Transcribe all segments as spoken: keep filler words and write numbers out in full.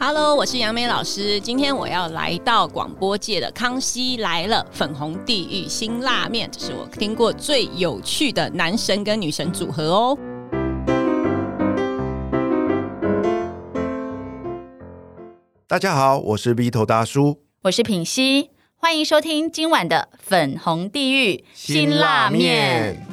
Hello， 我是杨美老师。今天我要来到广播界的康熙来了粉红地狱辛辣面，这是我听过最有趣的男神跟女神组合哦。 大家好，我是 Vito 大叔， 我是品熙，欢迎收听今晚的粉红地狱辛辣面。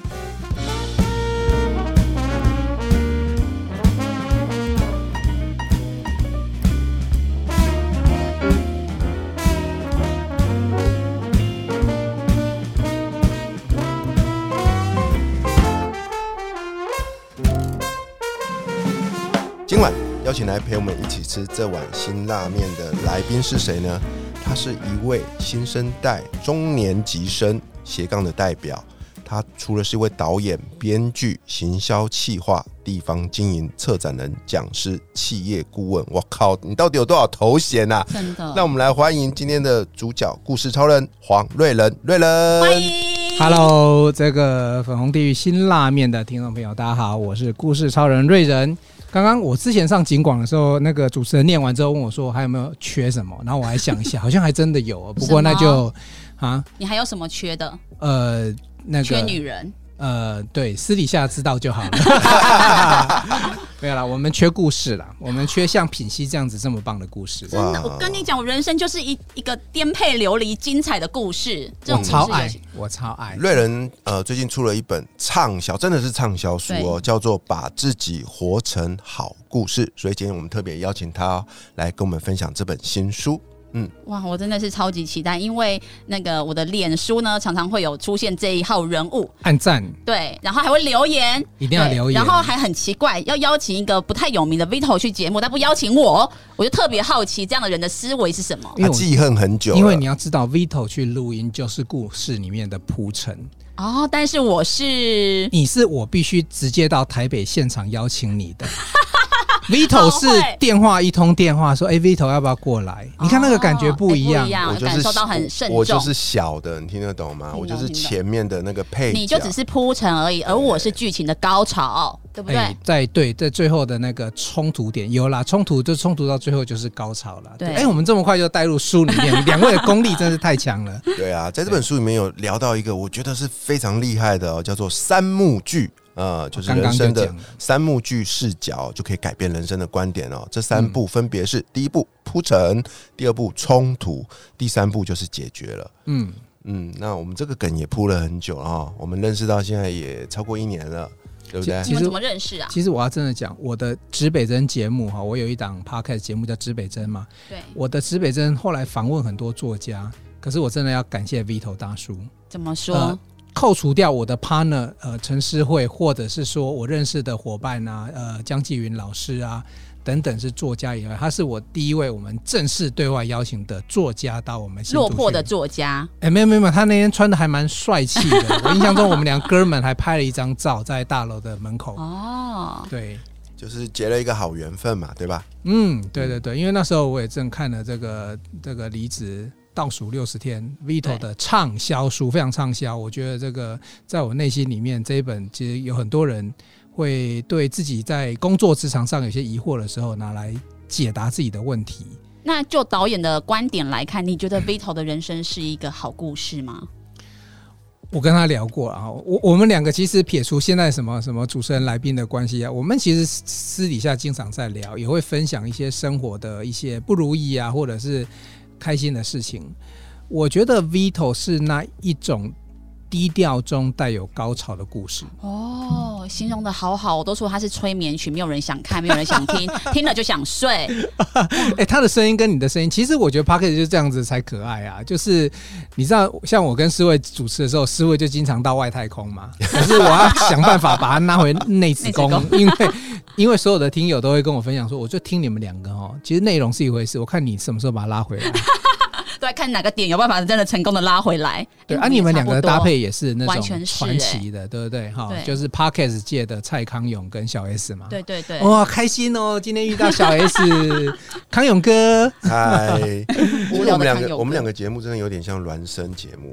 今晚邀请来陪我们一起吃这碗辛辣面的来宾是谁呢？他是一位新生代中年级生斜杠的代表。他除了是一位导演、编剧、行销企划、地方经营、策展人、讲师、企业顾问。我靠，你到底有多少头衔啊？ 真的。 那我们来欢迎今天的主角，故事超人黄瑞仁。瑞仁， 欢迎。 Hello， 这个粉红地狱辛辣面的听众朋友，大家好，我是故事超人瑞仁。刚刚我之前上警广的时候，那个主持人念完之后问我说还有没有缺什么，然后我还想一下，好像还真的有，不过那就啊， 你还有什么缺的？ 呃，那个缺女人。 呃，对，私底下知道就好了。没有啦，我们缺故事啦，我们缺像品熙这样子这么棒的故事。 真的，我跟你讲，我人生就是一一个颠沛流离、精彩的故事。这种我超爱，我超爱。 瑞仁呃最近出了一本畅销，真的是畅销书哦，叫做《把自己活成好故事》。所以今天我们特别邀请他来跟我们分享这本新书。嗯， 哇，我真的是超级期待，因为那个我的脸书呢，常常会有出现这一号人物， 按赞， 对，然后还会留言， 一定要留言， 然后还很奇怪，要邀请一个不太有名的 Vito 去节目，但不邀请我，我就特别好奇这样的人的思维是什么。 他记恨很久了， 因为你要知道 Vito 去录音就是故事里面的铺陈。 哦，但是我是你是我必须直接到台北现场邀请你的。Vito 是电话一通电话说，哎、欸、，Vito 要不要过来？你看那个感觉不一样， 欸、不一样，感受到很慎重。 我就是小的，你听得懂吗？我就是前面的那个配角， 你就只是铺陈而已，而我是剧情的高潮，对不对？欸、 在对，在最后的那个冲突点有啦，冲突就冲突到最后就是高潮了。对，哎、欸，我们这么快就带入书里面，两位的功力真是太强了。 对啊，在这本书里面有聊到一个我觉得是非常厉害的、哦，叫做三幕剧。呃，就是人生的三幕剧视角就可以改变人生的观点哦。这三步分别是：嗯、第一步铺陈，第二步冲突，第三步就是解决了。嗯嗯，那我们这个梗也铺了很久了哦，我们认识到现在也超过一年了，对不对？ 你们怎么认识啊？ 其实我要真的讲，我的指北针节目哈，我有一档 podcast 节目叫指北针嘛。对，我的指北针后来访问很多作家，可是我真的要感谢 Vito 大叔。 怎么说？呃扣除掉我的 partner 呃陈诗慧，或者是说我认识的伙伴啊，呃江继云老师啊等等是作家以外，他是我第一位我们正式对外邀请的作家到我们新竹去。落魄的作家， 哎、欸、没有没有，他那天穿的还蛮帅气的。我印象中我们两哥们还拍了一张照在大楼的门口。哦，对， 就是结了一个好缘分嘛，对吧？ 嗯，对对对，因为那时候我也正看了这个这个离职。倒数六十天 Vito 的畅销书非常畅销，我觉得这个在我内心里面这一本其实有很多人会对自己在工作职场上有些疑惑的时候拿来解答自己的问题。 那就导演的观点来看，你觉得 Vito 的人生是一个好故事吗？ 我跟他聊过啊，我我们两个其实撇除现在什么什么主持人来宾的关系啊，我们其实私底下经常在聊，也会分享一些生活的一些不如意啊，或者是开心的事情。我觉得 Vito 是那一种低调中带有高潮的故事。 哦，形容的好好，我都说他是催眠曲，没有人想看，没有人想听，听了就想睡。 欸、他的声音跟你的声音，其实我觉得 Podcast 就这样子才可爱啊。就是你知道，像我跟诗慧主持的时候，诗慧就经常到外太空嘛，可是我要想办法把它拉回内子宫，因为因为所有的听友都会跟我分享说，我就听你们两个哦，其实内容是一回事，我看你什么时候把它拉回来。 对，看哪个点有办法真的成功的拉回来。 对啊，你们两个的搭配也是那种传奇的，欸、对不对？哈，就是 Podcast 界的蔡康永跟小 S 嘛。 对对对， 哇，开心哦！今天遇到小 S， 康永哥， 嗨。我们两个，我们两个节目真的有点像孪生节目哎、欸。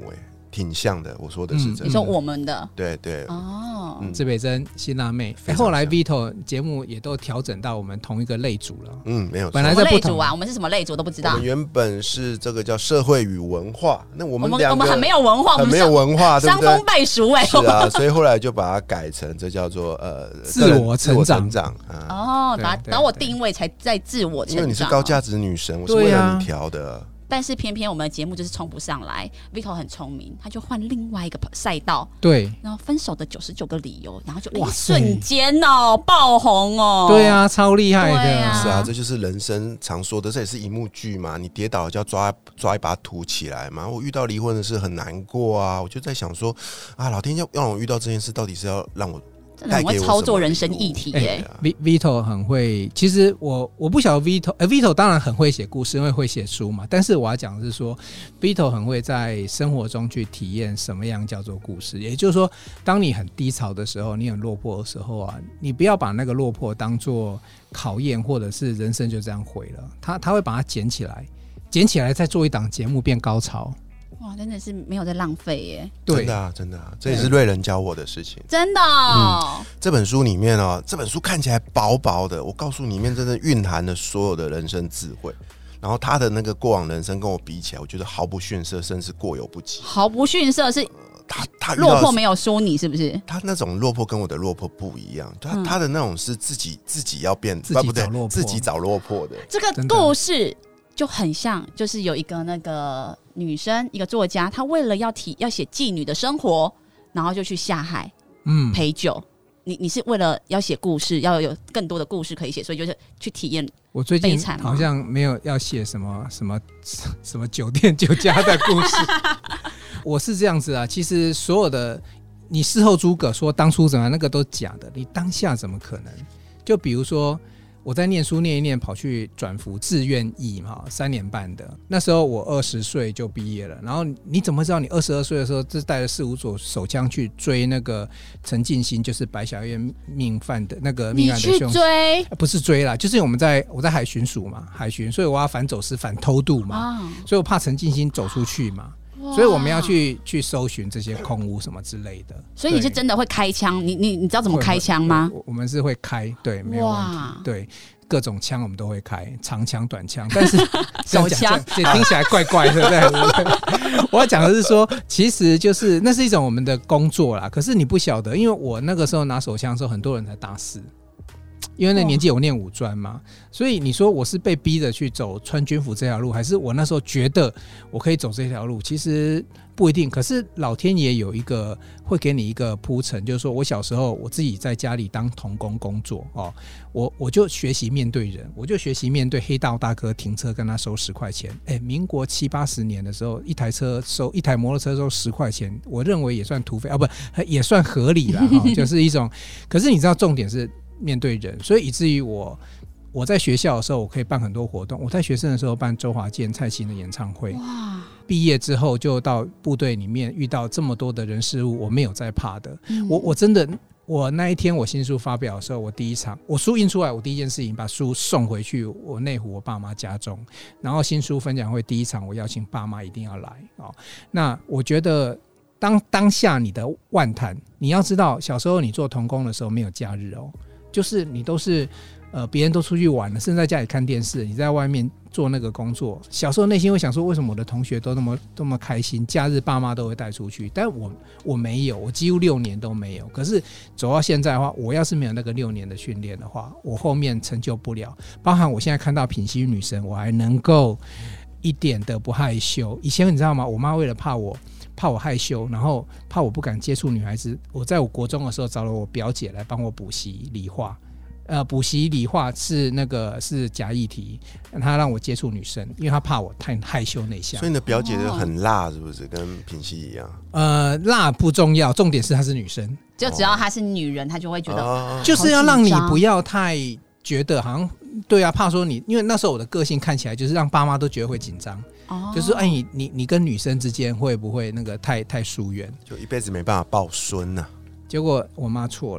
挺像的。我说的是真的， 嗯、你说我们的， 对对哦， 志北珍、辛辣妹，欸、后来 Vito 节目也都调整到我们同一个类组了。 嗯，没有错， 本来在类组啊，我们是什么类组都不知道。 我们原本是这个叫社会与文化，那我们两个我们很没有文化， 很没有文化，对不对？ 伤风败俗哎， 是啊，所以后来就把它改成这叫做呃自我成长。 成长啊、哦，把把我定位才在自我成长， 因为你是高价值女神，我是为了你调的。 但是偏偏我们的节目就是冲不上来 ，Vito 很聪明，他就换另外一个赛道， 对， 然后分手的九十九个理由，然后就一瞬间哦爆红哦， 对啊，超厉害的， 啊是啊，这就是人生常说的，这也是荧幕剧嘛，你跌倒就要抓抓一把土起来嘛。我遇到离婚的事很难过啊，我就在想说啊，老天要让我遇到这件事，到底是要让我。 真的很会操作人生议题耶、 欸、，Vito 很会。其实我我不晓得 Vito， 呃 ，Vito 当然很会写故事，因为会写书嘛。但是我要讲的是说 ，Vito 很会在生活中去体验什么样叫做故事。也就是说，当你很低潮的时候，你很落魄的时候啊，你不要把那个落魄当作考验，或者是人生就这样毁了。他他会把它捡起来，捡起来再做一档节目变高潮。 哇，真的是没有在浪费耶！ 真的啊，真的啊，这也是瑞仁教我的事情。 真的、哦嗯，这本书里面哦，这本书看起来薄薄的，我告诉你，里面真的蕴含了所有的人生智慧。然后他的那个过往人生跟我比起来，我觉得毫不逊色，甚至过犹不及。 毫不逊色是、呃、 他他落魄没有输你，是不是？ 他那种落魄跟我的落魄不一样，他、嗯、他的那种是自己自己要变， 自己找落魄， 自己找落魄的。 这个故事就很像，就是有一个那个女生，一个作家，她为了要体要写妓女的生活，然后就去下海，嗯，陪酒。你你是为了要写故事，要有更多的故事可以写，所以就是去体验。 我最近好像没有要写什么什么什么酒店酒家的故事。我是这样子啊，其实所有的你事后诸葛说当初怎么样，那个都假的，你当下怎么可能？就比如说。我在念书念一念，跑去转服志愿役嘛，三年半的。那时候我二十岁就毕业了，然后你怎么知道你二十二岁的时候，就带着四五组手枪去追那个陈进兴，就是白小燕命犯的那个命案的凶手？ 你去追？ 不是追啦，就是我们在我在海巡署嘛，海巡，所以我要反走私、反偷渡嘛，哦、所以我怕陈进兴走出去嘛。所以我们要去去搜寻这些空屋什么之类的。 所以你是真的会开枪？你你你知道怎么开枪吗？ 我们是会开，对，没有问题。对，各种枪我们都会开，长枪、短枪。但是手枪， 这听起来怪怪的，对不对？我要讲的是说，其实就是那是一种我们的工作啦。可是你不晓得，因为我那个时候拿手枪的时候，很多人才大四。因为那年纪我念五专嘛，所以你说我是被逼着去走穿军服这条路，还是我那时候觉得我可以走这条路？其实不一定。可是老天爷有一个会给你一个铺陈，就是说我小时候我自己在家里当童工工作哦，我我就学习面对人，我就学习面对黑道大哥停车跟他收十块钱。哎，民国七八十年的时候，一台车收一台摩托车收十块钱，我认为也算土匪啊，不也算合理啦、哦、就是一种。可是你知道重点是。面对人，所以以至于我我在学校的时候，我可以办很多活动。我在学生的时候办周华健、蔡琴的演唱会。哇！毕业之后就到部队里面，遇到这么多的人事物，我没有在怕的。嗯、我我真的，我那一天我新书发表的时候，我第一场我书印出来，我第一件事情把书送回去我内湖我爸妈家中，然后新书分享会第一场我邀请爸妈一定要来哦。那我觉得。当当下你的万谈，你要知道，小时候你做童工的时候没有假日哦，就是你都是呃别人都出去玩了，甚至在家里看电视，你在外面做那个工作。小时候内心会想说，为什么我的同学都那么那么开心，假日爸妈都会带出去，但我我没有，我几乎六年都没有。可是走到现在的话，我要是没有那个六年的训练的话，我后面成就不了。包含我现在看到品溪女神，我还能够一点的不害羞。以前你知道吗？我妈为了怕我。怕我害羞，然后怕我不敢接触女孩子，我在我国中的时候找了我表姐来帮我补习理化，呃，补习理化是那个是假议题，她让我接触女生，因为她怕我太害羞内向。 所以你的表姐就很辣，是不是？跟品溪一样？ 呃，辣不重要，重点是她是女生， 就只要她是女人，她就会觉得、哦、 就是要让你不要太觉得好像对啊，怕说你，因为那时候我的个性看起来就是让爸妈都觉得会紧张。哦、就是哎，你你你跟女生之间会不会那个太太疏远， 就一辈子没办法抱孙呐、啊？ 结果我妈错了，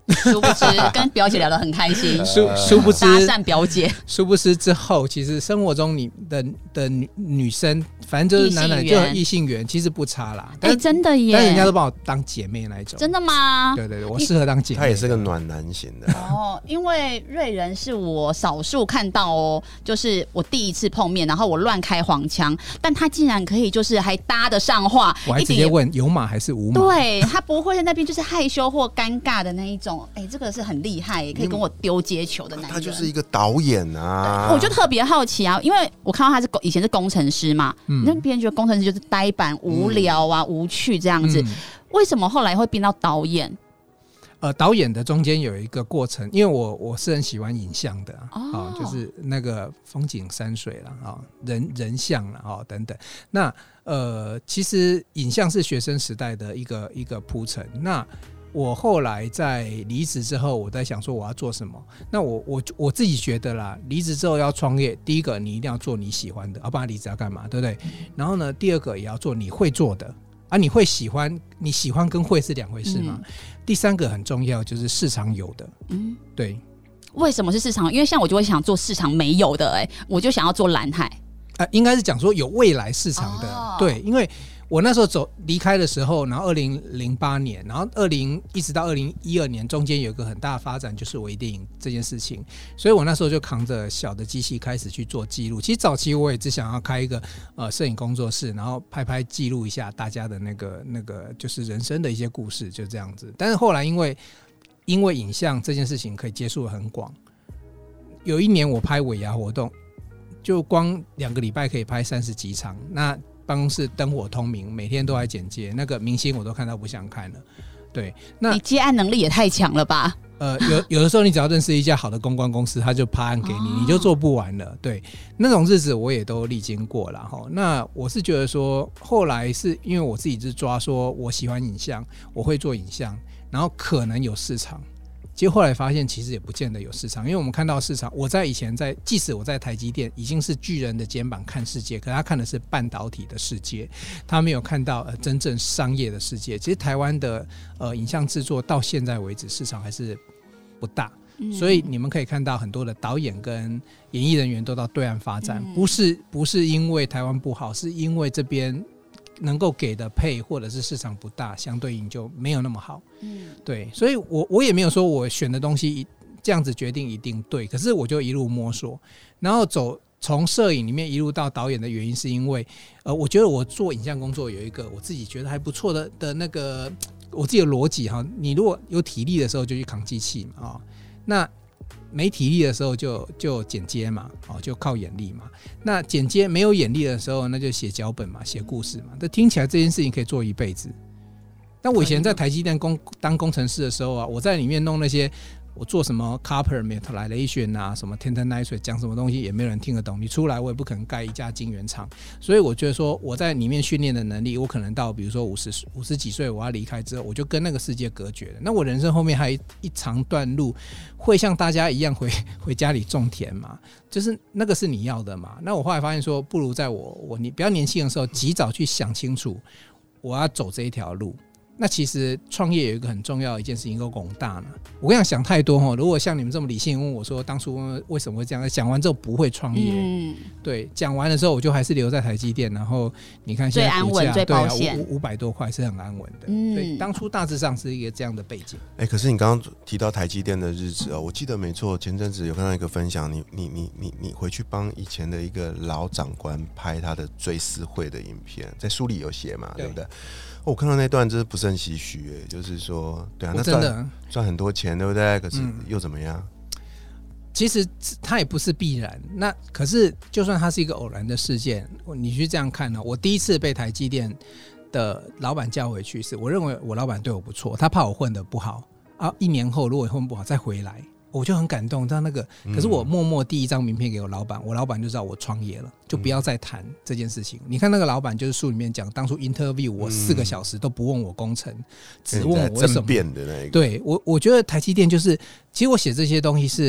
殊不知跟表姐聊得很开心， 殊殊不知搭讪表姐， 殊不知之后，其实生活中你的的女女生，反正就是男男就异性缘，其实不差啦。 哎、欸，真的耶！ 但人家都把我当姐妹那一种。 真的吗？ 对对对，我适合当姐妹。 他也是个暖男型的哦。因为瑞仁是我少数看到哦，就是我第一次碰面，然后我乱开黄腔，但他竟然可以就是还搭得上话， 我还直接问有码还是无码？ 对，他不会在那边就是害羞或尴尬的那一种。哎、欸，这个是很厉害，可以跟我丢接球的男人。 他就是一个导演啊， 我就特别好奇啊，因为我看到他是以前是工程师嘛，嗯、那别人觉得工程师就是呆板、无聊啊、嗯、无趣这样子、嗯，为什么后来会变到导演？ 呃，导演的中间有一个过程，因为我我是很喜欢影像的啊、哦哦，就是那个风景山水啦，啊、哦，人人像啦，哦等等。那呃，其实影像是学生时代的一个一个铺陈。那我后来在离职之后，我在想说我要做什么。那我我我自己觉得啦，离职之后要创业，第一个你一定要做你喜欢的，要不然离职要干嘛，对不对？然后呢，第二个也要做你会做的啊，你会喜欢，你喜欢跟会是两回事嘛。嗯、第三个很重要，就是市场有的，嗯，对。 为什么是市场？因为像我就会想做市场没有的、欸，哎，我就想要做蓝海。 呃，应该是讲说有未来市场的，哦、对，因为。我那时候走离开的时候，然后二零零八年，然后二零一直到二零一二年，中间有一个很大的发展，就是微电影这件事情。所以我那时候就扛着小的机器开始去做记录。其实早期我也只想要开一个呃摄影工作室，然后拍拍记录一下大家的那个那个就是人生的一些故事，就这样子。但是后来因为因为影像这件事情可以接触得很广，有一年我拍尾牙活动，就光两个礼拜可以拍三十几场，那。办公室灯火通明，每天都在剪接，那个明星我都看到不想看了。对，那你接案能力也太强了吧？ 呃，有有的时候你只要认识一家好的公关公司，他就趴案给你，哦、你就做不完了。对，那种日子我也都历经过了哈。那我是觉得说，后来是因为我自己是抓说我喜欢影像，我会做影像，然后可能有市场。结果后来发现其实也不见得有市场，因为我们看到市场，我在以前在，即使我在台积电已经是巨人的肩膀看世界，可他看的是半导体的世界，他没有看到、呃、真正商业的世界。其实台湾的呃影像制作到现在为止市场还是不大，嗯、所以你们可以看到很多的导演跟演艺人员都到对岸发展，嗯、不是不是因为台湾不好，是因为这边能够给的配或者是市场不大，相对应就没有那么好。嗯，对，所以我我也没有说我选的东西这样子决定一定对，可是我就一路摸索，然后走从摄影里面一路到导演的原因是因为，呃，我觉得我做影像工作有一个我自己觉得还不错的的那个我自己的逻辑哈，你如果有体力的时候就去扛机器嘛，哦，那没体力的时候就就剪接嘛，哦，就靠眼力嘛。那剪接没有眼力的时候，那就写脚本嘛，写故事嘛。这听起来这件事情可以做一辈子。但我以前在台积电工当工程师的时候啊，我在里面弄那些，我做什么 copper metallization 啊，什么 tendonitis 讲什么东西也没有人听得懂。你出来我也不可能盖一家晶圆厂，所以我觉得说我在里面训练的能力，我可能到比如说五十五十几岁我要离开之后，我就跟那个世界隔绝了。那我人生后面还有一长段路，会像大家一样回回家里种田嘛，就是那个是你要的嘛。那我后来发现说，不如在我我你比较年轻的时候，及早去想清楚我要走这一条路。那其实创业有一个很重要的一件事情，够广大呢。我跟你讲，想太多哈。如果像你们这么理性问我说，当初为什么会这样？讲完之后不会创业，嗯，对，讲完的时候我就还是留在台积电。然后你看现在股价最安稳、最保险， 对啊，五百多块是很安稳的。嗯，所以当初大致上是一个这样的背景。 哎、欸，可是你刚刚提到台积电的日子哦，我记得没错，前阵子有看到一个分享，你你你你你回去帮以前的一个老长官拍他的追思会的影片，在书里有写嘛， 对, 对不对？我看到那段真是不胜唏嘘，哎，就是说，对啊，那赚赚很多钱，对不对？可是又怎么样？嗯、 其实它也不是必然。那可是，就算它是一个偶然的事件，你去这样看呢？我第一次被台积电的老板叫回去，是我认为我老板对我不错，他怕我混得不好啊。一年后如果混不好再回来。我就很感动，到那个，可是我默默递一张名片给我老板，我老板就知道我创业了，就不要再谈这件事情。你看那个老板，就是书里面讲，当初 interview 我四个小时都不问我工程，只问我为什么。 争辩的那一个。 对我，我觉得台积电就是，其实我写这些东西是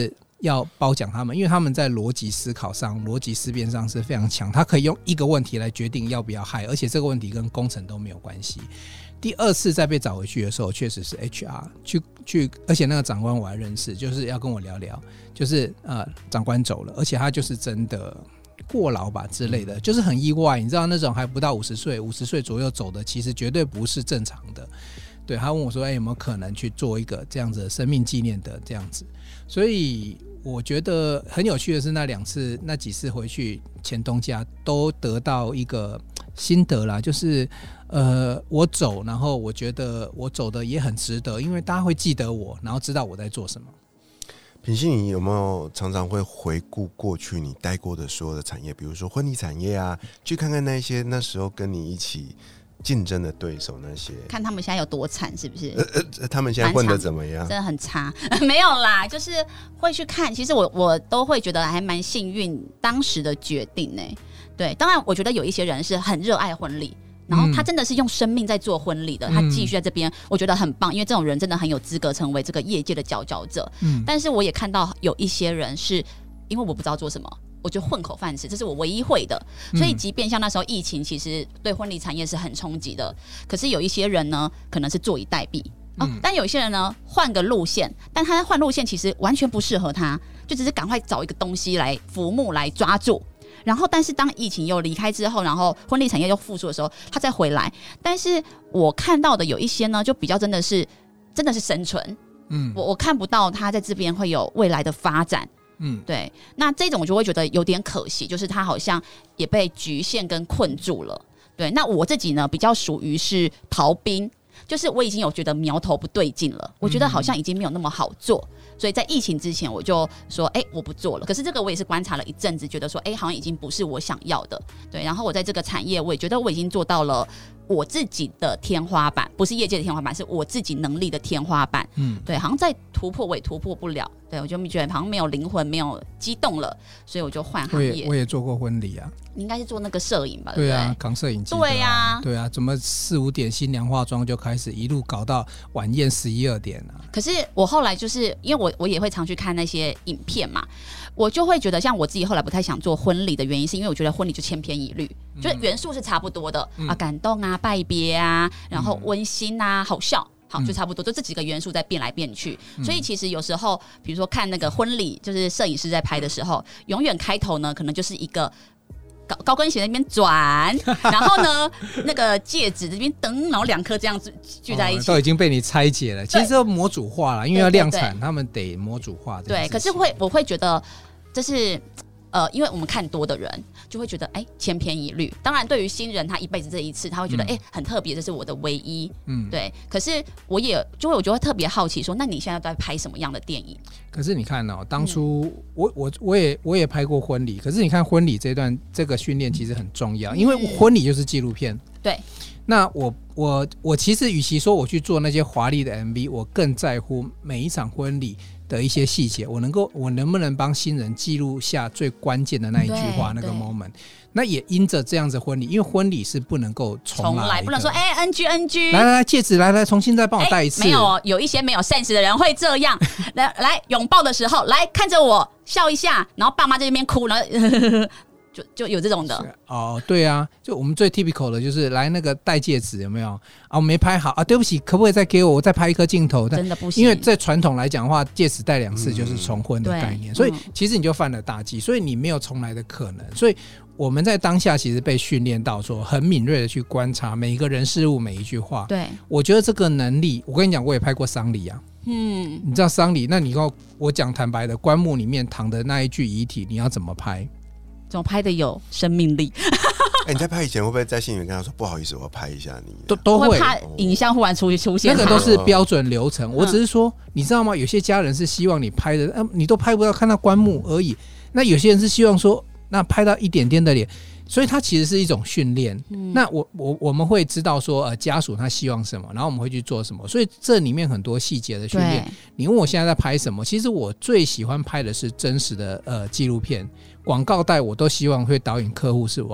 要褒奖他们，因为他们在逻辑思考上、逻辑思辨上是非常强，他可以用一个问题来决定要不要害，而且这个问题跟工程都没有关系。第二次再被找回去的时候，确实是 H R 去去，而且那个长官我还认识，就是要跟我聊聊，就是呃长官走了，而且他就是真的过劳吧之类的，就是很意外。你知道那种还不到五十岁、五十岁左右走的，其实绝对不是正常的。对，他问我说：“哎、欸，有没有可能去做一个这样子的生命纪念的这样子？”所以我觉得很有趣的是，那两次、那几次回去前东家都得到一个心得啦，就是呃，我走，然后我觉得我走的也很值得，因为大家会记得我，然后知道我在做什么。 品心，你有没有常常会回顾过去你待过的所有的产业，比如说婚礼产业啊，去看看那些那时候跟你一起竞争的对手，那些看他们现在有多惨，是不是？ 呃呃，他们现在混得怎么样？ 真的很差，没有啦，就是会去看。其实我我都会觉得还蛮幸运，当时的决定呢、欸。对，当然我觉得有一些人是很热爱婚礼，然后他真的是用生命在做婚礼的，嗯、他继续在这边，我觉得很棒，因为这种人真的很有资格成为这个业界的佼佼者。嗯，但是我也看到有一些人是因为我不知道做什么。我就混口饭吃，这是我唯一会的，所以即便像那时候疫情，其实对婚礼产业是很冲击的。可是有一些人呢，可能是坐以待毙、哦嗯、但有一些人呢，换个路线，但他换路线其实完全不适合他，就只是赶快找一个东西来浮木来抓住。然后，但是当疫情又离开之后，然后婚礼产业又复苏的时候，他再回来。但是我看到的有一些呢，就比较真的是真的是生存，嗯，我我看不到他在这边会有未来的发展。嗯，对，那这种我就会觉得有点可惜，就是他好像也被局限跟困住了。对，那我自己呢，比较属于是逃兵，就是我已经有觉得苗头不对劲了，我觉得好像已经没有那么好做，所以在疫情之前我就说，哎、欸，我不做了。可是这个我也是观察了一阵子，觉得说，哎、欸，好像已经不是我想要的。对，然后我在这个产业，我也觉得我已经做到了我自己的天花板，不是业界的天花板，是我自己能力的天花板。嗯，对，好像再突破我也突破不了。对，我就觉得好像没有灵魂，没有激动了，所以我就换行业。 我也我也做过婚礼啊， 你应该是做那个摄影吧？对对啊， 不对？ 扛摄影机、啊。 对啊， 对啊，怎么四五点新娘化妆就开始一路搞到晚宴十一二点啊？ 可是我后来就是因为我我也会常去看那些影片嘛，我就会觉得像我自己后来不太想做婚礼的原因，是因为我觉得婚礼就千篇一律，嗯、就是元素是差不多的、嗯、啊，感动啊，拜别啊，然后温馨啊，好笑。好，就差不多，就这几个元素在变来变去，嗯、所以其实有时候，比如说看那个婚礼，就是摄影师在拍的时候，永远开头呢，可能就是一个高高跟鞋在那边转，然后呢，那个戒指这边噔，然后两颗这样子聚在一起、 哦，都已经被你拆解了。其实要模组化了，因为要量产，他们得模组化。 对，可是会我会觉得这是。呃，因为我们看多的人就会觉得，哎、欸，千篇一律。当然，对于新人，他一辈子这一次，他会觉得，哎、嗯欸，很特别，这是我的唯一。嗯，对。可是我也就会，我就会特别好奇说，那你现在在拍什么样的电影？ 可是你看哦，当初、嗯、我我我也我也拍过婚礼，可是你看婚礼这段这个训练其实很重要，因为婚礼就是纪录片。 对。 那我我我其实与其说我去做那些华丽的 M V， 我更在乎每一场婚礼的一些细节，我能够我能不能帮新人记录下最关键的那一句话那个 moment。那也因着这样子婚礼，因为婚礼是不能够重来的， 不能说哎、欸、N G N G， 来来来戒指来来重新再帮我戴一次、欸。 没有，有一些没有 sense 的人会这样，来来拥抱的时候来看着我笑一下，然后爸妈在那边哭，然后。呵呵就就有这种的哦，对啊，就我们最 typical 的就是来那个戴戒指有没有啊？我没拍好啊，对不起，可不可以再给我，我再拍一颗镜头？ 真的不行， 因为在传统来讲的话，戒指戴两次就是重婚的概念，嗯、所以其实你就犯了大忌，所以你没有重来的可能。所以我们在当下其实被训练到说，很敏锐的去观察每一个人事物每一句话。 对， 我觉得这个能力，我跟你讲，我也拍过丧礼啊。嗯，你知道丧礼？那你要我讲坦白的，棺木里面躺的那一具遗体，你要怎么拍？ 怎么拍的有生命力？ 哎、欸，你在拍以前会不会在心里面跟他说不好意思，我要拍一下你？ 都都会， 会怕影像忽然出出现， 那个都是标准流程。嗯、我只是说，你知道吗？有些家人是希望你拍的，呃、你都拍不到，看到棺木而已。那有些人是希望说，那拍到一点点的脸。所以它其实是一种训练、嗯。那我我我们会知道说，呃，家属他希望什么，然后我们会去做什么。所以这里面很多细节的训练。你问我现在在拍什么？其实我最喜欢拍的是真实的呃纪录片、广告带，我都希望会导引客户是往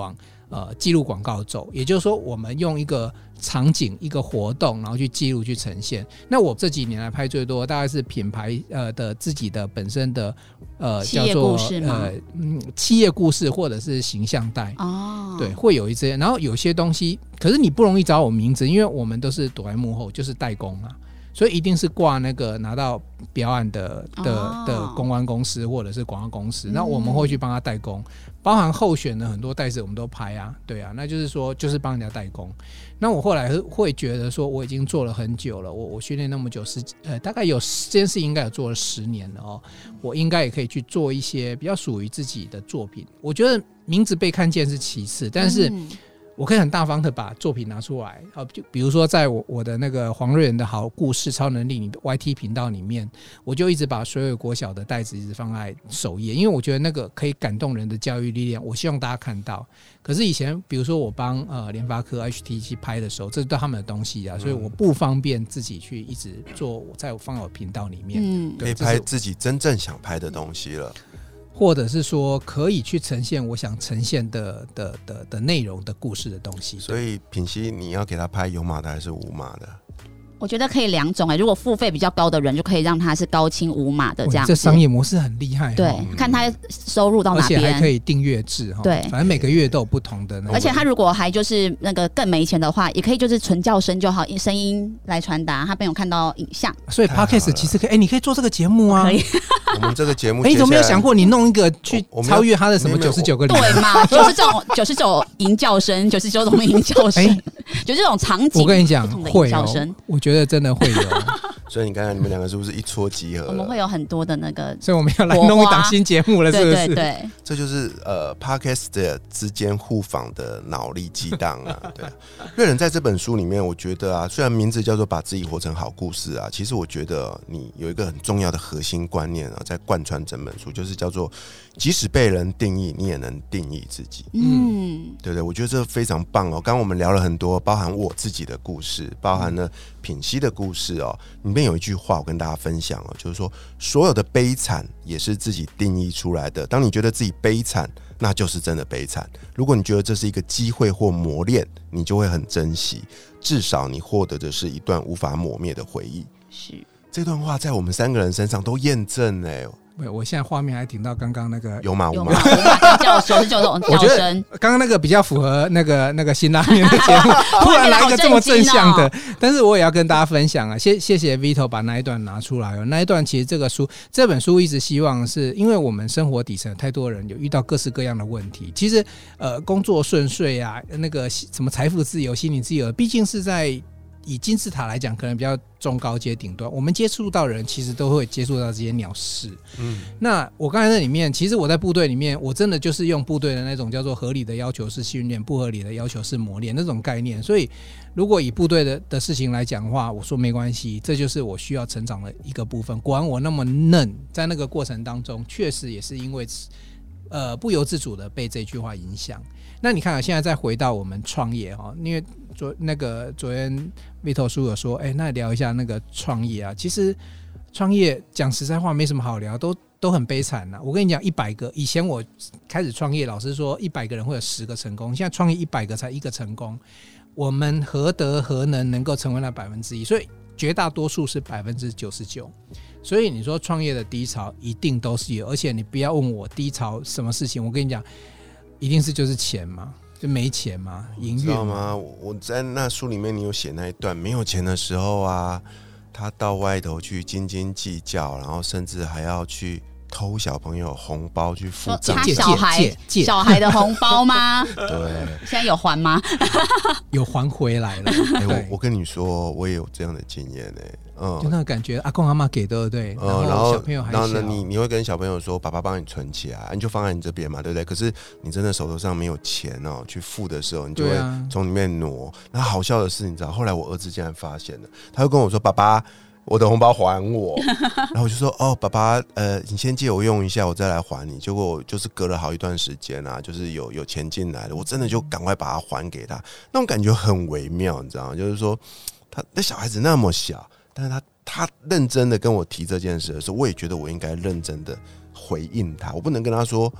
呃记录广告轴，也就是说我们用一个场景一个活动然后去记录去呈现。那我这几年来拍最多大概是品牌呃的自己的本身的呃叫做呃嗯企业故事或者是形象带哦，对，会有一些，然后有些东西可是你不容易找我名字，因为我们都是躲在幕后，就是代工嘛，所以一定是挂那个拿到标案的的、哦、的公关公司或者是广告公司，那、嗯、我们会去帮他代工，包含候选的很多代子我们都拍啊，对啊，那就是说就是帮人家代工。那我后来会觉得说我已经做了很久了，我我训练那么久是呃大概有这件事应该有做了十年了哦，我应该也可以去做一些比较属于自己的作品。我觉得名字被看见是其次，但是、嗯我可以很大方的把作品拿出来，就比如说在我我的那个黄瑞仁的好故事超能力 Y T 频道里面，我就一直把所有国小的袋子一直放在首页，因为我觉得那个可以感动人的教育力量，我希望大家看到。可是以前比如说我帮呃联发科 H T C 拍的时候，这是对他们的东西啊，所以我不方便自己去一直做，在我放在我频道里面，嗯， 可以拍自己真正想拍的东西了。 或者是说可以去呈现我想呈现的的的的内容的故事的东西。 所以品熙，你要给他拍有码的还是无码的？ 我觉得可以两种、欸、如果付费比较高的人就可以让他是高清无码的这样子， 这商业模式很厉害， 对、嗯、看他收入到哪边， 而且还可以订阅制，对，反正每个月都有不同的、那個、 而且他如果还就是那个更没钱的话也可以就是纯叫声就好，声音来传达，他没有看到影像， 所以 Podcast 其实可以、欸、你可以做这个节目啊，可以我们这个节目、 欸、你怎么没有想过你弄一个去超越他的什么九十九个对嘛，九十九九十九吟叫声，九十九种吟叫声、欸、就这种场景， 我跟你讲会哦，我觉得真的会有所以你刚才你们两个是不是一撮即合了？ 我们会有很多的那个， 所以我们要来弄一档新节目了，是不是？ 对对对， 这就是呃 Podcast 之间互访的脑力激荡啊。对啊，瑞仁在这本书里面，我觉得啊，虽然名字叫做把自己活成好故事啊，其实我觉得你有一个很重要的核心观念啊，在贯穿整本书，就是叫做即使被人定义，你也能定义自己。嗯，对对，我觉得这非常棒哦。刚刚我们聊了很多，包含我自己的故事，包含了品熙的故事哦。里面有一句话我跟大家分享哦，就是说所有的悲惨也是自己定义出来的。当你觉得自己悲惨，那就是真的悲惨。如果你觉得这是一个机会或磨练，你就会很珍惜，至少你获得的是一段无法抹灭的回忆。是，这段话在我们三个人身上都验证哎。 我现在画面还挺到刚刚那个有码无码叫九十九种叫声， 刚刚那个比较符合那个那个辛拉面的节目，突然来一个这么正向的，但是我也要跟大家分享啊，谢谢谢 Vito 把那一段拿出来哦。那一段其实这个书这本书一直希望是因为我们生活底层太多人有遇到各式各样的问题，其实呃工作顺遂啊，那个什么财富自由、心理自由，毕竟是在。以金字塔来讲可能比较中高阶顶端，我们接触到的人其实都会接触到这些鸟事、嗯、那我刚才在里面其实我在部队里面我真的就是用部队的那种叫做合理的要求是训练，不合理的要求是磨练那种概念，所以如果以部队 的, 的事情来讲的话，我说没关系，这就是我需要成长的一个部分。果然我那么嫩，在那个过程当中确实也是因为呃不由自主的被这句话影响。那你看啊，现在再回到我们创业哈，因为昨那个昨天 Vito 叔有说，哎、欸，那聊一下那个创业啊。其实创业讲实在话没什么好聊，都都很悲惨啊。我跟你讲，一百个以前我开始创业，老师说一百个人会有十个成功，现在创业一百个才一个成功。我们何德何能能够成为那百分之一？所以绝大多数是百分之九十九。所以你说创业的低潮一定都是有，而且你不要问我低潮什么事情，我跟你讲。一定是就是钱嘛，就没钱嘛，营运，知道吗？我在那书里面你有写那一段，没有钱的时候啊，他到外头去斤斤计较，然后甚至还要去偷小朋友红包去付账， 他小孩小孩的红包吗？ 对， 现在有还吗？ 有还回来了。 欸、我, 我跟你说，我也有这样的经验哎、欸。嗯， 就那个感觉，阿公阿嬷给的，对，然后小朋友还小， 然后呢，你你会跟小朋友说，爸爸帮你存起来，你就放在你这边嘛，对不对？可是你真的手头上没有钱哦，去付的时候，你就会从里面挪。那、啊、好笑的是，你知道，后来我儿子竟然发现了，他就跟我说：“爸爸，我的红包还我。”然后我就说：“哦，爸爸，呃，你先借我用一下，我再来还你。”结果就是隔了好一段时间啊，就是有有钱进来了，我真的就赶快把它还给他，那种感觉很微妙，你知道吗？就是说，他那小孩子那么小。但是他他认真的跟我提这件事的时候，我也觉得我应该认真的回应他，我不能跟他说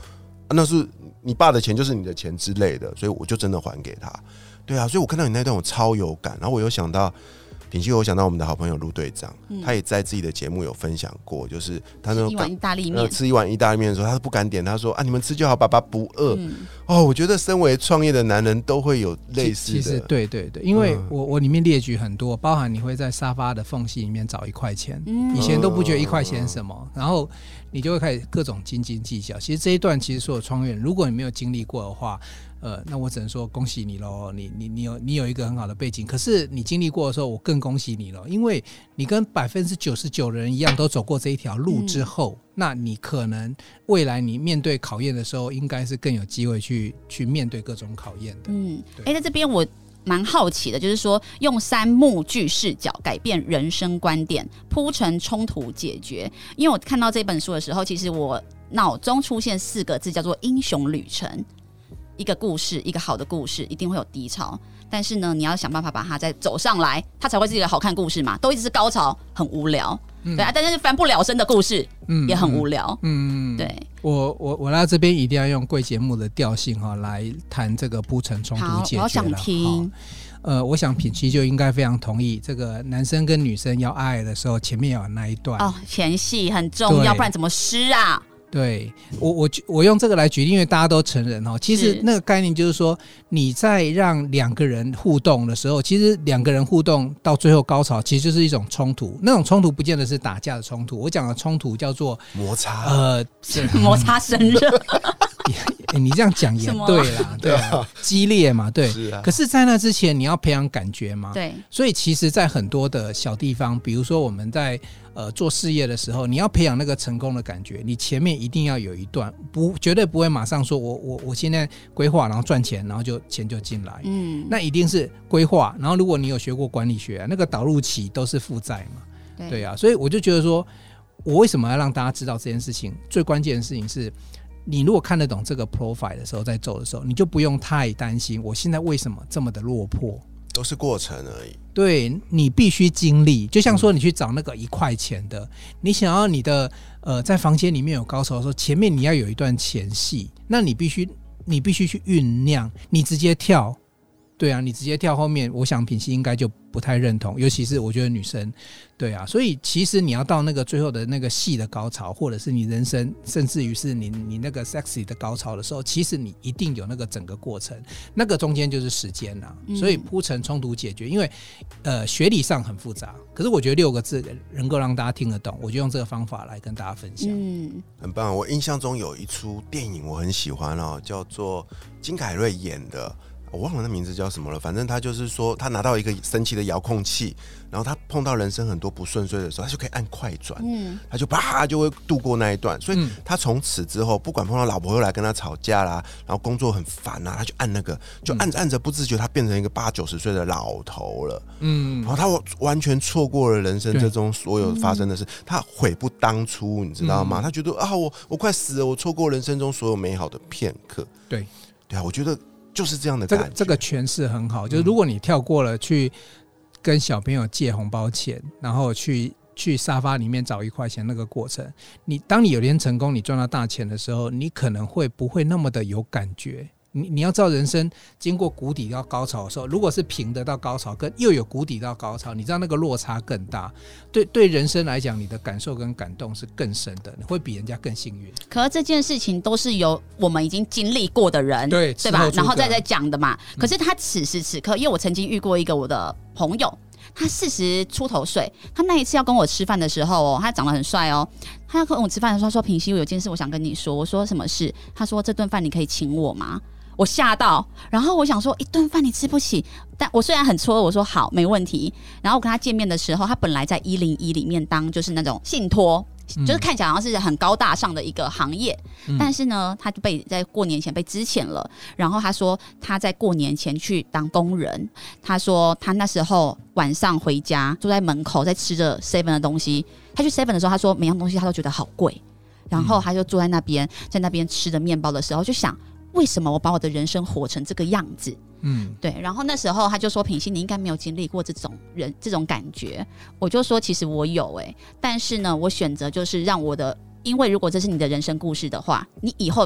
啊、那是你爸的钱就是你的钱之类的，所以我就真的还给他。对啊，所以我看到你那段我超有感，然后我又想到品希，我想到我们的好朋友陆队长、嗯，他也在自己的节目有分享过，就是他那吃一碗意大利面、呃， 吃一碗意大利面的时候，他不敢点，他说啊，你们吃就好，爸爸不饿、嗯。哦，我觉得身为创业的男人都会有类似的， 其实对对对，因为我我里面列举很多，包含你会在沙发的缝隙里面找一块钱、嗯，以前都不觉得一块钱是什么，然后你就会开始各种斤斤计较。其实这一段其实所有创业人，如果你没有经历过的话。呃，那我只能说恭喜你咯，你你你有你有一个很好的背景，可是你经历过的时候，我更恭喜你了，因为你跟百分之九十九的人一样，都走过这一条路之后、嗯，那你可能未来你面对考验的时候，应该是更有机会去去面对各种考验的。 嗯，哎，在这边我蛮好奇的，就是说用三幕剧视角改变人生观点，铺陈冲突解决。因为我看到这本书的时候，其实我脑中出现四个字，叫做英雄旅程。一个故事，一个好的故事一定会有低潮，但是呢，你要想办法把它再走上来，它才会是一个好看故事嘛。都一直是高潮，很无聊，嗯、对啊。但是翻不了身的故事，嗯，也很无聊，嗯，对。 我我我来这边一定要用贵节目的调性哈、哦、来谈这个铺陈冲突解决了。 好，我想听。 呃，我想品希就应该非常同意，这个男生跟女生要爱的时候，前面要有那一段哦，前戏很重要，不然怎么湿啊？ 对，我我我用这个来举例，因为大家都成人哦。其实那个概念就是说，你在让两个人互动的时候，其实两个人互动到最后高潮，其实就是一种冲突。那种冲突不见得是打架的冲突，我讲的冲突叫做摩擦， 呃， 摩擦生热。 欸、你这样讲也对啦，对啊，激烈嘛，对。是啊。可是，在那之前，你要培养感觉嘛， 对。 所以，其实，在很多的小地方，比如说我们在呃做事业的时候，你要培养那个成功的感觉，你前面一定要有一段，不绝对不会马上说我我我现在规划，然后赚钱，然后就钱就进来。嗯。那一定是规划，然后如果你有学过管理学、啊，那个导入期都是负债嘛，对，对啊。所以我就觉得说，我为什么要让大家知道这件事情？最关键的事情是。你如果看得懂这个 profile 的时候，在走的时候，你就不用太担心我现在为什么这么的落魄， 都是过程而已。 对，你必须经历，就像说你去找那个一块钱的、嗯、你想要你的呃在房间里面有高潮的时候，前面你要有一段前戏，那你必须你必须去酝酿，你直接跳，对啊，你直接跳后面，我想品希应该就不太认同，尤其是我觉得女生，对啊，所以其实你要到那个最后的那个戏的高潮，或者是你人生，甚至于是你你那个 sexy 的高潮的时候，其实你一定有那个整个过程，那个中间就是时间啦、啊。所以铺陈冲突解决，因为呃学理上很复杂，可是我觉得六个字能够让大家听得懂，我就用这个方法来跟大家分享。嗯， 很棒。我印象中有一出电影我很喜欢哦，叫做金凯瑞演的。我忘了那名字叫什么了，反正他就是说他拿到一个神奇的遥控器，然后他碰到人生很多不顺遂的时候，他就可以按快转、嗯、他就啪就会度过那一段，所以他从此之后不管碰到老婆又来跟他吵架啦，然后工作很烦啊，他就按那个，就按着按着不自觉他变成一个八九十岁的老头了，嗯，然后他完全错过了人生这中所有发生的事，他悔不当初，你知道吗？嗯、他觉得啊，我我快死了，我错过人生中所有美好的片刻。 对对啊，我觉得就是这样的感觉。 这个这个诠释很好，就是如果你跳过了去跟小朋友借红包钱，然后去去沙发里面找一块钱那个过程，你当你有天成功，你赚到大钱的时候，你可能会不会那么的有感觉。你, 你要知道人生经过谷底到高潮的时候，如果是平的到高潮跟又有谷底到高潮，你知道那个落差更大，对对人生来讲，你的感受跟感动是更深的，你会比人家更幸运。 可是这件事情都是由我们已经经历过的人， 对对吧？然后再再讲的嘛。可是他此时此刻，因为我曾经遇过一个我的朋友，他四十出头岁，他那一次要跟我吃饭的时候哦，他长得很帅哦，他要跟我吃饭的时候说：“品希，我有件事我想跟你说。”我说：“什么事？”他说：“这顿饭你可以请我吗？”我吓到，然后我想说一顿饭你吃不起，但我虽然很戳，我说好没问题。然后我跟他见面的时候，他本来在一零一里面当就是那种信托，嗯、就是看起来好像是很高大上的一个行业，嗯、但是呢，他就被在过年前被资遣了。然后他说他在过年前去当工人，他说他那时候晚上回家坐在门口在吃着 seven 的东西，他去 seven 的时候，他说每样东西他都觉得好贵，然后他就坐在那边，在那边吃着面包的时候，就想。为什么我把我的人生活成这个样子？嗯，对。然后那时候他就说：“品希，你应该没有经历过这种人这种感觉。”我就说：“其实我有哎、欸，但是呢，我选择就是让我的，因为如果这是你的人生故事的话，你以后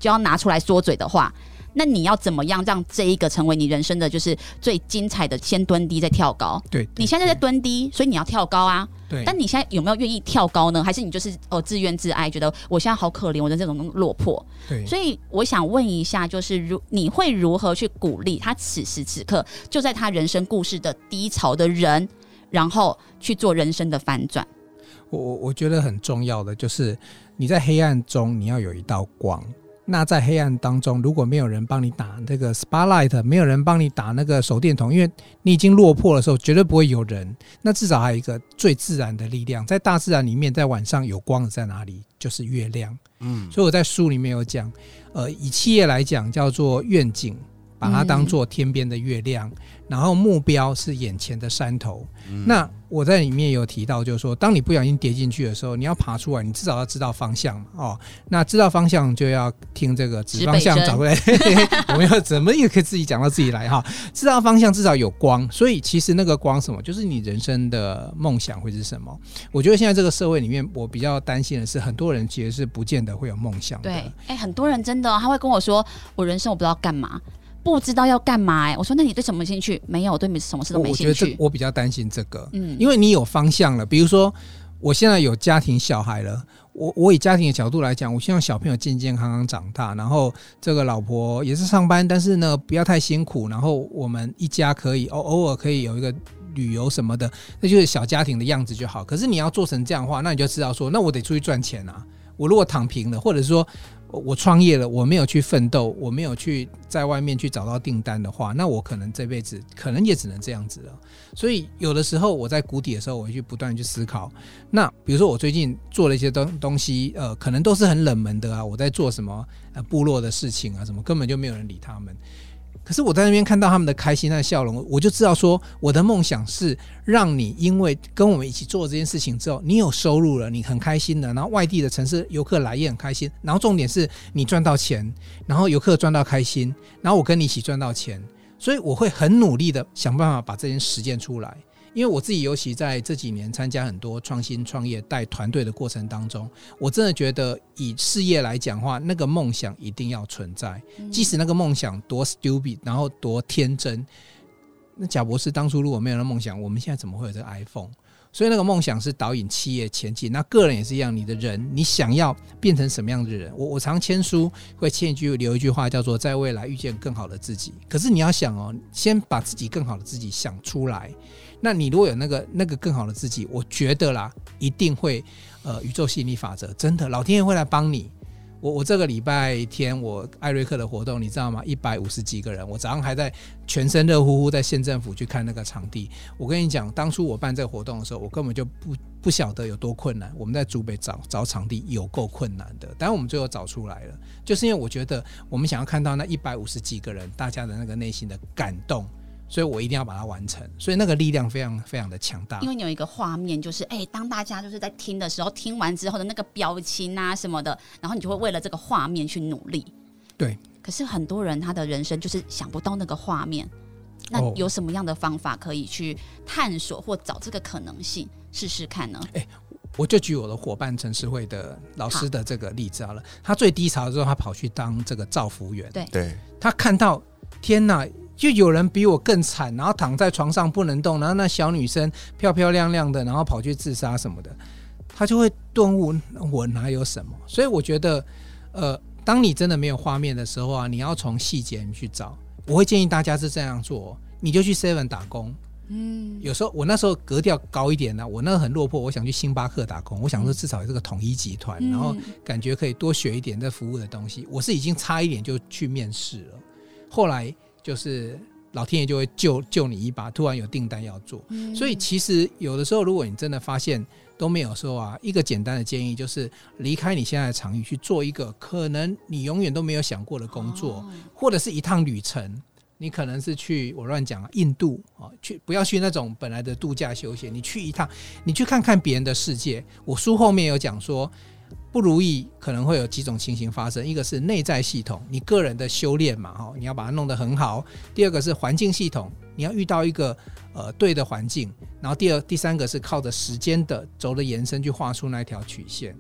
就要拿出来说嘴的话，那你要怎么样让这一个成为你人生的就是最精彩的？先蹲低再跳高。 对， 你现在在蹲低，所以你要跳高啊。 对， 但你现在有没有愿意跳高呢？还是你就是哦自怨自艾，觉得我现在好可怜，我的这种落魄。 对， 所以我想问一下，就是如你会如何去鼓励他此时此刻就在他人生故事的低潮的人，然后去做人生的翻转？ 我我觉得很重要的就是你在黑暗中你要有一道光。那在黑暗当中，如果没有人帮你打那个 spotlight， 没有人帮你打那个手电筒，因为你已经落魄的时候，绝对不会有人。那至少还有一个最自然的力量，在大自然里面，在晚上有光的在哪里？就是月亮。嗯，所以我在书里面有讲，呃，以企业来讲叫做愿景，把它当作天边的月亮，嗯，然后目标是眼前的山头。嗯，那我在里面有提到，就是说，当你不小心跌进去的时候，你要爬出来，你至少要知道方向嘛。哦，那知道方向就要听这个指方向找过来。我们要怎么也可以自己讲到自己来哈。知道方向至少有光，所以其实那个光什么，就是你人生的梦想会是什么？我觉得现在这个社会里面，我比较担心的是，很多人其实是不见得会有梦想的。 对，哎、欸，很多人真的他会跟我说，我人生我不知道干嘛。不知道要干嘛。哎、欸，我说那你对什么兴趣？没有，我对什么事都没兴趣。 我觉得我比较担心这个，嗯，因为你有方向了。比如说，我现在有家庭小孩了，我我以家庭的角度来讲，我希望小朋友健健康康长大，然后这个老婆也是上班，但是呢不要太辛苦，然后我们一家可以偶偶尔可以有一个旅游什么的，那就是小家庭的样子就好。可是你要做成这样的话，那你就知道说，那我得出去赚钱啊。我如果躺平了，或者说我创业了，我没有去奋斗，我没有去在外面去找到订单的话，那我可能这辈子可能也只能这样子了。所以有的时候我在谷底的时候，我会去不断去思考。那比如说我最近做了一些东东西，呃，可能都是很冷门的啊，我在做什么呃部落的事情啊，什么根本就没有人理他们。可是我在那边看到他们的开心和笑容，我就知道说我的梦想是让你因为跟我们一起做这件事情之后，你有收入了，你很开心的，然后外地的城市游客来也很开心，然后重点是你赚到钱，然后游客赚到开心，然后我跟你一起赚到钱。所以我会很努力的想办法把这件实践出来。因为我自己尤其在这几年参加很多创新创业带团队的过程当中，我真的觉得以事业来讲的话，那个梦想一定要存在，即使那个梦想多 stupid 然后多天真。那贾博士当初如果没有那梦想，我们现在怎么会有这个 iPhone？ 所以那个梦想是导引企业前进。那个人也是一样，你的人你想要变成什么样的人？我我常签书会签一句留一句话叫做在未来遇见更好的自己。可是你要想哦，先把自己更好的自己想出来。那你如果有那个那个更好的自己，我觉得啦，一定会呃宇宙吸引力法则，真的老天爷会来帮你。我我这个礼拜天我艾瑞克的活动，你知道吗？一百五十几个人，我早上还在全身热乎乎在县政府去看那个场地。我跟你讲，当初我办这个活动的时候，我根本就不不晓得有多困难。我们在竹北找找场地有够困难的，但是我们最后找出来了，就是因为我觉得我们想要看到那一百五十几个人大家的那个内心的感动。所以我一定要把它完成，所以那个力量非常非常的强大。 因为你有一个画面，就是哎、欸，当大家就是在听的时候，听完之后的那个表情啊什么的，然后你就会为了这个画面去努力。 对。 可是很多人他的人生就是想不到那个画面，那有什么样的方法可以去探索或找这个可能性试试看呢？ 哎、欸，我就举我的伙伴陈诗慧的老师的这个例子好了。他最低潮的时候，他跑去当这个照服员。 对对。 他看到天哪！就有人比我更惨，然后躺在床上不能动，然后那小女生漂漂亮亮的，然后跑去自杀什么的，他就会顿悟我哪有什么。所以我觉得呃，当你真的没有画面的时候啊，你要从细节去找。我会建议大家是这样做，你就去 seven 打工。嗯，有时候我那时候格调高一点呢、啊，我那个很落魄，我想去星巴克打工，我想说至少有这个统一集团、嗯、然后感觉可以多学一点这服务的东西。我是已经差一点就去面试了，后来就是老天爷就会 救, 救你一把，突然有订单要做、嗯、所以其实有的时候如果你真的发现都没有说啊，一个简单的建议就是离开你现在的场域，去做一个可能你永远都没有想过的工作、哦、或者是一趟旅程。你可能是去我乱讲印度、哦、去不要去那种本来的度假休闲，你去一趟，你去看看别人的世界。我书后面有讲说不如意可能会有几种情形发生，一个是内在系统，你个人的修炼嘛，你要把它弄得很好。第二个是环境系统，你要遇到一个呃对的环境。然后第二第三个是靠着时间的轴的延伸去画出那条曲线。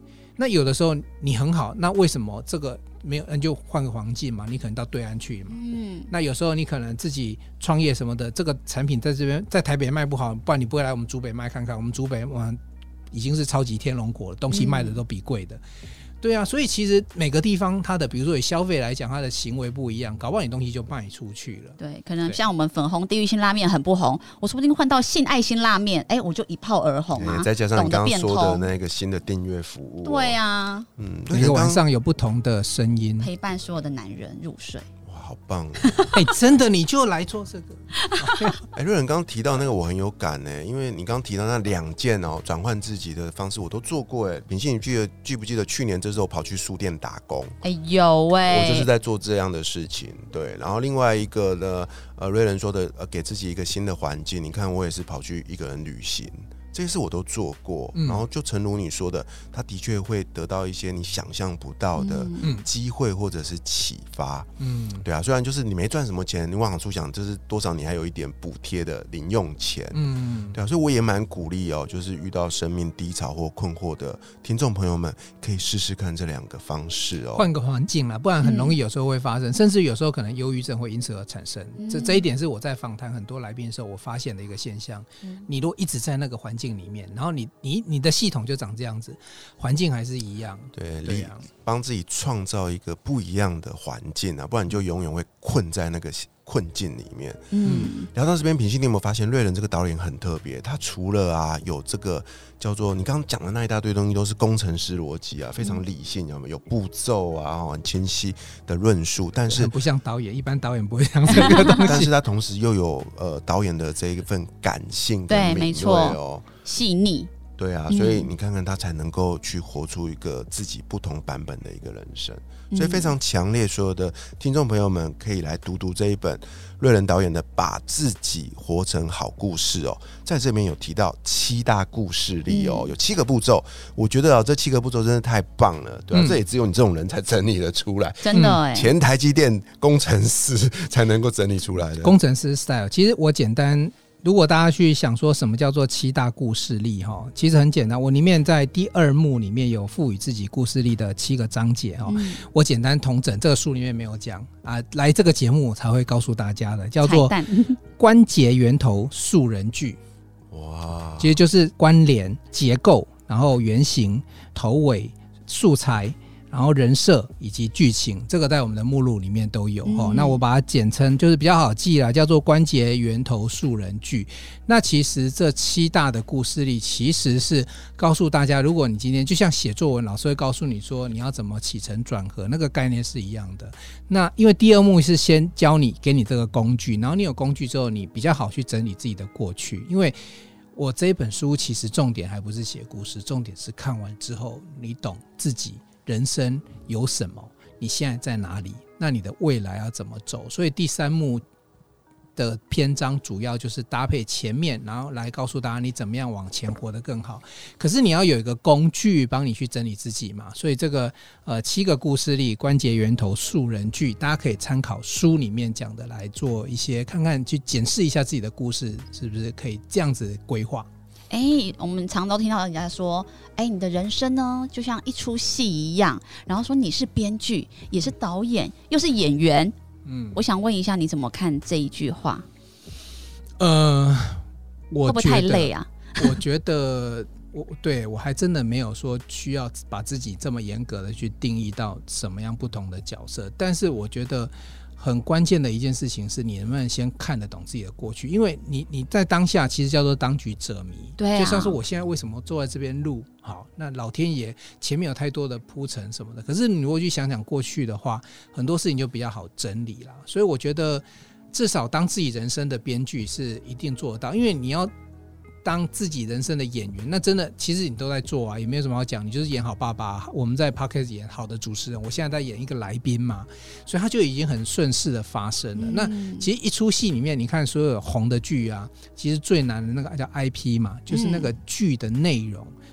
那有的时候你很好，那为什么这个没有？那就换个环境嘛，你可能到对岸去嘛。嗯，那有时候你可能自己创业什么的，这个产品在这边在台北卖不好，不然你不会来我们竹北卖看看？我们竹北哇已经是超级天龙国了，东西卖的都比贵的。嗯，对啊，所以其实每个地方它的，比如说以消费来讲，它的行为不一样，搞不好你东西就卖出去了。 对，可能像我们粉红地狱辛拉面很不红，我说不定换到性爱辛拉面，哎，我就一炮而红啊！ 再加上你刚刚说的那个新的订阅服务， 对啊， 嗯， 每个晚上有不同的声音陪伴所有的男人入睡。 好棒哦！ 哎、欸，真的你就来做这个。 哎、欸，瑞仁刚刚提到那个我很有感呢，因为你刚刚提到那两件哦转换自己的方式我都做过哎。品信，你记得记不记得去年这时候跑去书店打工？ 哎、欸，有哎、 欸，我就是在做这样的事情。对，然后另外一个呢，呃，瑞仁说的呃，给自己一个新的环境。你看，我也是跑去一个人旅行。这些事我都做过，嗯、然后就诚如你说的，他的确会得到一些你想象不到的机会或者是启发。嗯，对啊，虽然就是你没赚什么钱，你往好处想，就是多少你还有一点补贴的零用钱。嗯，对啊，所以我也蛮鼓励哦，就是遇到生命低潮或困惑的听众朋友们，可以试试看这两个方式哦， 换个环境啦，不然很容易有时候会发生，嗯、甚至有时候可能忧郁症会因此而产生。嗯、这这一点是我在访谈很多来宾的时候，我发现的一个现象。嗯、你如果一直在那个环境里面，然后你你你的系统就长这样子，环境还是一样。 对，对啊，帮自己创造一个不一样的环境啊，不然你就永远会困在那个困境里面。嗯，聊到这边，品信，你有没有发现瑞仁这个导演很特别？他除了啊有这个叫做你刚刚讲的那一大堆东西都是工程师逻辑啊，非常理性，有没有？有步骤啊，很清晰的论述，但是不像导演，一般导演不会讲这个东西。 但是他同时又有呃导演的这一份感性跟敏锐哦， 对，没错，细腻。 对啊，所以你看看他才能够去活出一个自己不同版本的一个人生，所以非常强烈，所有的听众朋友们可以来读读这一本瑞仁导演的《把自己活成好故事》哦，在这边有提到七大故事力哦，有七个步骤，我觉得啊，这七个步骤真的太棒了，对啊，嗯、这也只有你这种人才整理得出来， 真的哎， 前台积电工程师才能够整理出来的工程师 style。其实我简单。如果大家去想说什么叫做七大故事力，其实很简单，我里面在第二幕里面有赋予自己故事力的七个章节，嗯、我简单统整，这个书里面没有讲啊，来这个节目才会告诉大家的，叫做关节源头素人句。哇，其实就是关联结构，然后原型头尾素材，然后人设以及剧情，这个在我们的目录里面都有、嗯、那我把它简称就是比较好记啦，叫做关节源头素人剧。那其实这七大的故事力其实是告诉大家，如果你今天就像写作文，老师会告诉你说你要怎么起承转合，那个概念是一样的。那因为第二幕是先教你给你这个工具，然后你有工具之后你比较好去整理自己的过去。因为我这一本书其实重点还不是写故事，重点是看完之后你懂自己人生有什么，你现在在哪里，那你的未来要怎么走。所以第三幕的篇章主要就是搭配前面，然后来告诉大家你怎么样往前活得更好。可是你要有一个工具帮你去整理自己嘛，所以这个呃七个故事力关节源头素人句，大家可以参考书里面讲的来做一些看看，去检视一下自己的故事是不是可以这样子规划。 哎、欸，我们常都听到人家说，哎、欸，你的人生呢，就像一出戏一样，然后说你是编剧，也是导演，又是演员。嗯，我想问一下，你怎么看这一句话？ 呃，我会不会太累啊？ 我觉得我对我还真的没有说需要把自己这么严格的去定义到什么样不同的角色，但是我觉得很关键的一件事情是你能不能先看得懂自己的过去，因为你你在当下其实叫做当局者迷。 对、啊， 就像说我现在为什么坐在这边录，好，那老天爷前面有太多的铺陈什么的，可是你如果去想想过去的话，很多事情就比较好整理啦。所以我觉得至少当自己人生的编剧是一定做得到，因为你要当自己人生的演员，那真的其实你都在做啊，也没有什么好讲，你就是演好爸爸，我们在 Podcast 演好的主持人，我现在在演一个来宾嘛，所以他就已经很顺势的发生了、嗯、那其实一出戏里面你看所有红的剧啊，其实最难的那个叫 I P 嘛，就是那个剧的内容、嗯、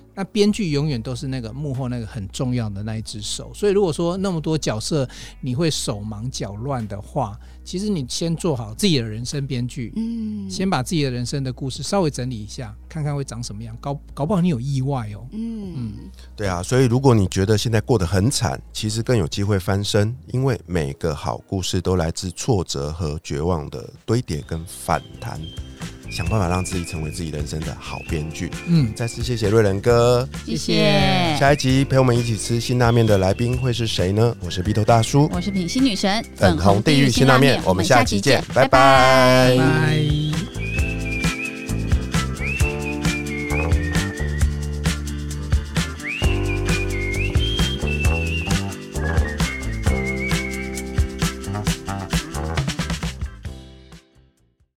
那编剧永远都是那个幕后那个很重要的那一只手，所以如果说那么多角色你会手忙脚乱的话，其实你先做好自己的人生编剧，嗯，先把自己的人生的故事稍微整理一下，看看会长什么样，搞搞不好你有意外哦。嗯嗯，对啊，所以如果你觉得现在过得很惨，其实更有机会翻身，因为每个好故事都来自挫折和绝望的堆叠跟反弹。想办法让自己成为自己人生的好编剧。嗯，再次谢谢瑞仁哥， 谢谢。 下一集陪我们一起吃辛拉面的来宾会是谁呢？我是鼻头大叔， 我是品心女神， 粉红地狱辛拉面，我们下期见，拜拜。 拜拜。